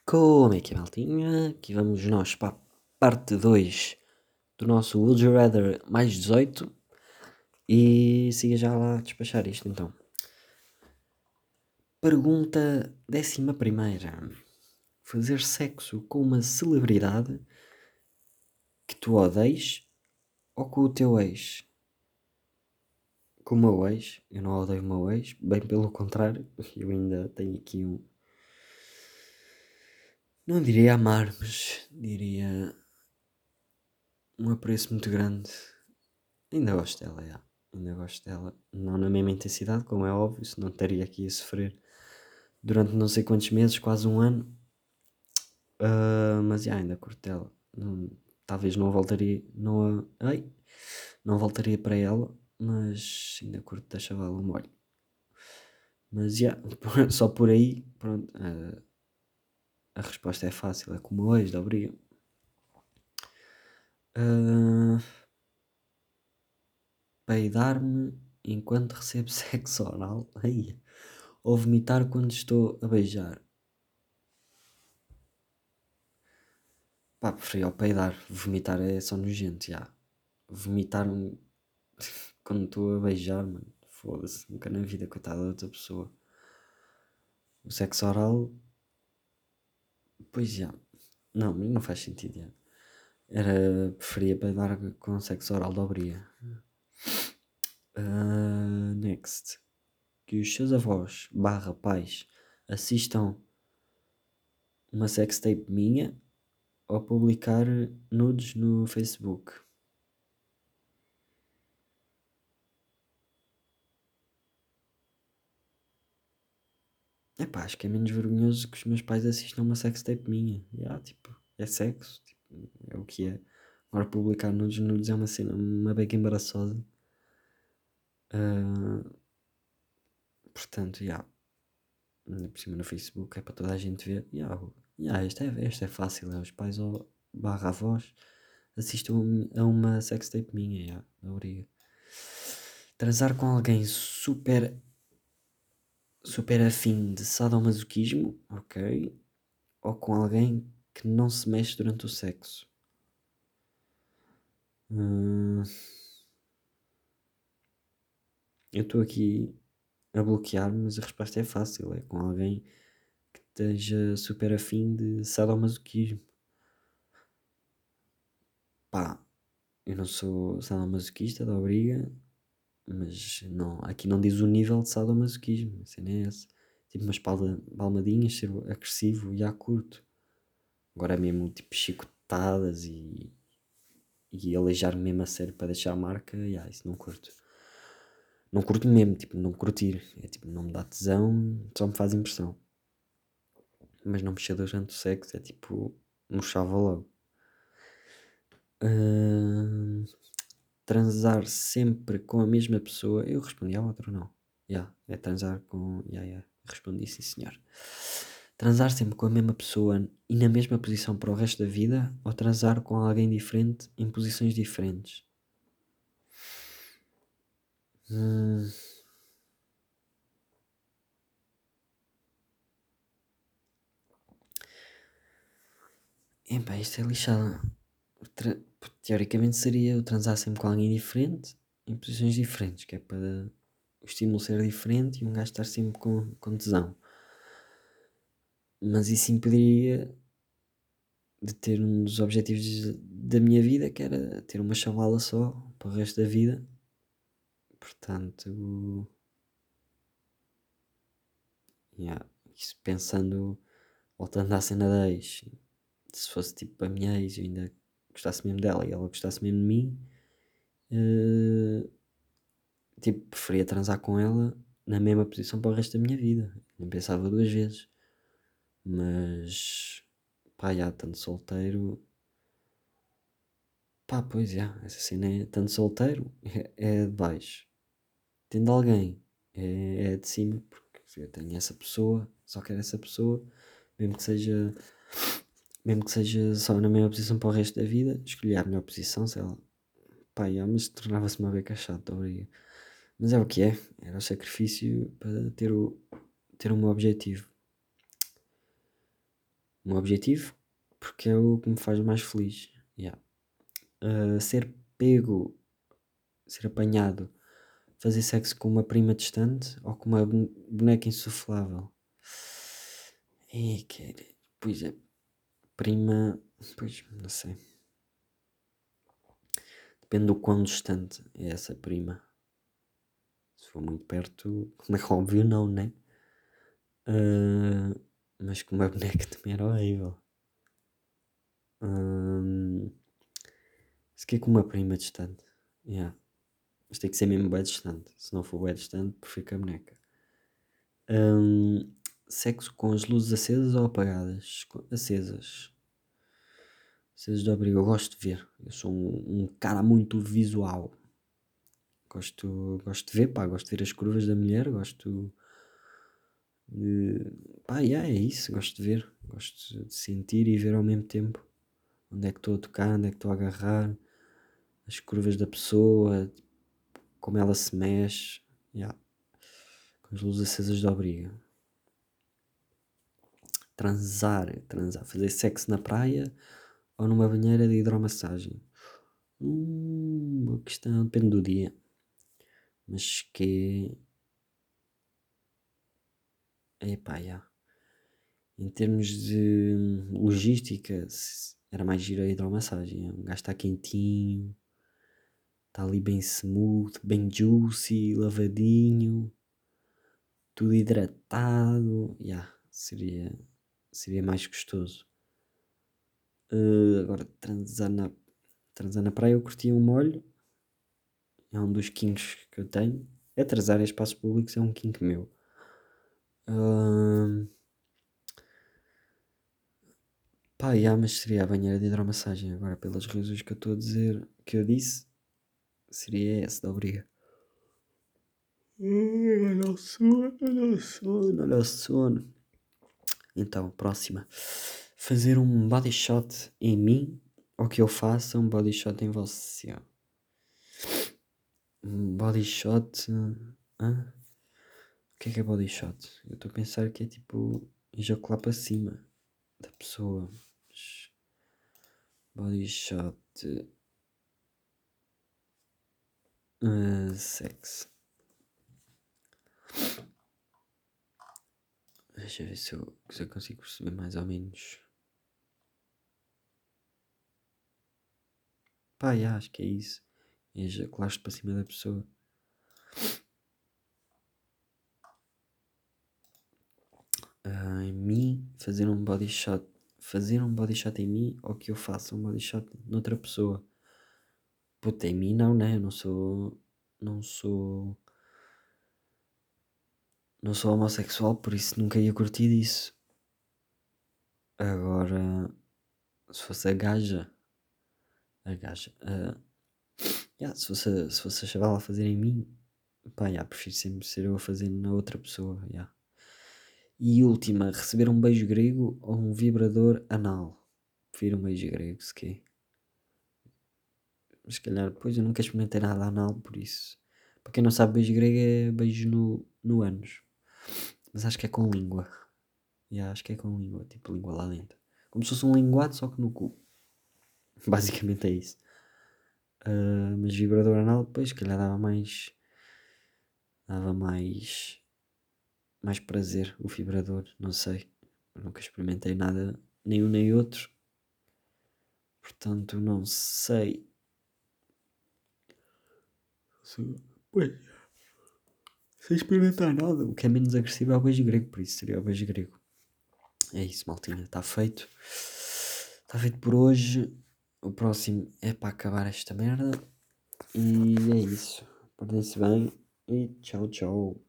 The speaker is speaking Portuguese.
Como é que é, maltinha? Aqui vamos nós para a parte 2 do nosso Would You Rather mais 18 e siga já lá a despachar isto então. Pergunta 11ª. Fazer sexo com uma celebridade que tu odeies ou com o teu ex? Com o meu ex? Eu não odeio o meu ex, bem pelo contrário, eu ainda tenho aqui um... Não diria amar, mas diria um apreço muito grande. Ainda gosto dela, já. Ainda gosto dela. Não na mesma intensidade, como é óbvio, senão estaria aqui a sofrer durante não sei quantos meses, quase um ano. Mas já, ainda curto dela. Talvez não voltaria, não voltaria para ela, mas ainda curto da chavala um molho. Mas já, só por aí, pronto. A resposta é fácil, é como hoje, da obriga. Peidar-me enquanto recebo sexo oral. Ai, ou vomitar quando estou a beijar. Pá, preferia ao peidar. Vomitar é só nojento, já. Vomitar quando estou a beijar, mano. Foda-se, nunca na vida, coitada da outra pessoa. O sexo oral, pois já. Não, mas não faz sentido, já. Preferia peidar com sexo oral de obria. Next. Que os seus avós, barra pais, assistam uma sextape minha ou publicar nudes no Facebook. Epá, acho que é menos vergonhoso que os meus pais assistam uma sextape minha. Tipo, é sexo, tipo, é o que é. Agora publicar nudes é uma cena, uma beca embaraçosa. Ah, portanto, ainda por cima no Facebook é para toda a gente ver. Esta é fácil, é os pais ou barra avós assistam a uma sextape minha, não obriga. Transar com alguém super afim de sadomasoquismo, ok? Ou com alguém que não se mexe durante o sexo. Hum, eu estou aqui a bloquear, mas a resposta é fácil. É com alguém que esteja super afim de sadomasoquismo. Pá, eu não sou sadomasoquista, da obriga, mas não, aqui não diz o nível de sadomasoquismo. A cena é essa. Tipo umas palmadinhas, ser agressivo, curto. Agora é mesmo tipo chicotadas e aleijar-me mesmo a sério para deixar a marca, isso não curto. Não curto mesmo, tipo, não curtir. É tipo, não me dá tesão, só me faz impressão. Mas não mexer durante o sexo, é tipo, murchava logo. Ahn, Transar sempre com a mesma pessoa. Eu respondi a outra, não. É transar com. Respondi sim, senhor. Transar sempre com a mesma pessoa e na mesma posição para o resto da vida, ou transar com alguém diferente em posições diferentes? Hum, isto é lixado. Tra- Teoricamente seria eu transar sempre com alguém diferente, em posições diferentes, que é para o estímulo ser diferente e um gajo estar sempre com tesão. Mas isso impediria de ter um dos objetivos da minha vida, que era ter uma chavala só para o resto da vida. Portanto, yeah, isso pensando, voltando à cena da ex, se fosse tipo a minha ex, eu ainda gostasse mesmo dela e ela gostasse mesmo de mim, eh, tipo, preferia transar com ela na mesma posição para o resto da minha vida. Nem pensava duas vezes. Mas, pá, tanto solteiro. Pá, pois, essa cena é tanto solteiro, é de baixo. Tendo alguém, é de cima, porque se eu tenho essa pessoa, só quero essa pessoa, mesmo que seja, mesmo que seja só na mesma posição para o resto da vida, escolher a melhor posição, sei lá. Pá, mas tornava-se uma beca chata, obriga. Mas é o que é, era o sacrifício para ter o meu objetivo. meu objetivo, porque é o que me faz mais feliz. Yeah. Ser pego, ser apanhado, fazer sexo com uma prima distante ou com uma boneca insuflável. Pois é, prima, pois não sei. Depende do quão distante é essa prima. Se for muito perto, como é que óbvio não, né? Ah, mas com uma boneca também era horrível. Hum, Se quer com uma prima distante. Yeah. Mas tem que ser mesmo bem distante. Se não for bem distante, prefiro com a boneca. Hum, Sexo com as luzes acesas ou apagadas? Acesas. Acesas de abrigo. Eu gosto de ver. Eu sou um cara muito visual. Gosto de ver, pá. Gosto de ver as curvas da mulher. Gosto de. Pá, yeah, é isso. Gosto de ver. Gosto de sentir e ver ao mesmo tempo. Onde é que estou a tocar, onde é que estou a agarrar. As curvas da pessoa. Como ela se mexe. Yeah. Com as luzes acesas de abrigo. Transar, fazer sexo na praia ou numa banheira de hidromassagem? Uma questão, depende do dia. Mas que epá, já. Em termos de logística, era mais giro a hidromassagem. Um gajo está quentinho, está ali bem smooth, bem juicy, lavadinho, tudo hidratado. Já, seria mais gostoso. Agora, transar na praia, eu curtia um molho. É um dos kinks que eu tenho. Transar em espaços públicos é um kink meu. Ahn, Pá, mas seria a banheira de hidromassagem. Agora, pelas razões que eu estou a dizer, que eu disse, seria essa da obriga. Olha o sono, olha o sono, olha o sono. Então, próxima. Fazer um body shot em mim ou que eu faça um body shot em você? Um body shot. Hã? O que é body shot? Eu estou a pensar que é tipo ejacular para cima da pessoa. Body shot. Sex. Deixa eu ver se eu consigo perceber mais ou menos. Pá, acho que é isso. Ejaculaste para cima da pessoa. Em mim, fazer um body shot. Fazer um body shot em mim ou que eu faça um body shot noutra pessoa. Puta, em mim não, né? Eu não sou. Não sou. Não sou homossexual, por isso nunca ia curtir isso. Agora, se fosse a gaja. A gaja. Se fosse a chavala a fazer em mim, pá, prefiro sempre ser eu a fazer na outra pessoa. E última, receber um beijo grego ou um vibrador anal? Prefiro um beijo grego, se quê. Mas se calhar, depois eu nunca experimentei nada anal, por isso. Para quem não sabe, beijo grego é beijo no ânus. Mas acho que é com língua. Acho que é com língua, tipo língua lá dentro. Como se fosse um linguado, só que no cu. Basicamente é isso. Mas vibrador anal, depois, se calhar dava mais prazer o vibrador, não sei. Eu nunca experimentei nada, nem um nem outro. Portanto, não sei. Pois, sem experimentar nada. O que é menos agressivo é o beijo grego, por isso seria o beijo grego. É isso, maltinha. Está feito. Está feito por hoje. O próximo é para acabar esta merda. E é isso. Portem-se bem e tchau, tchau.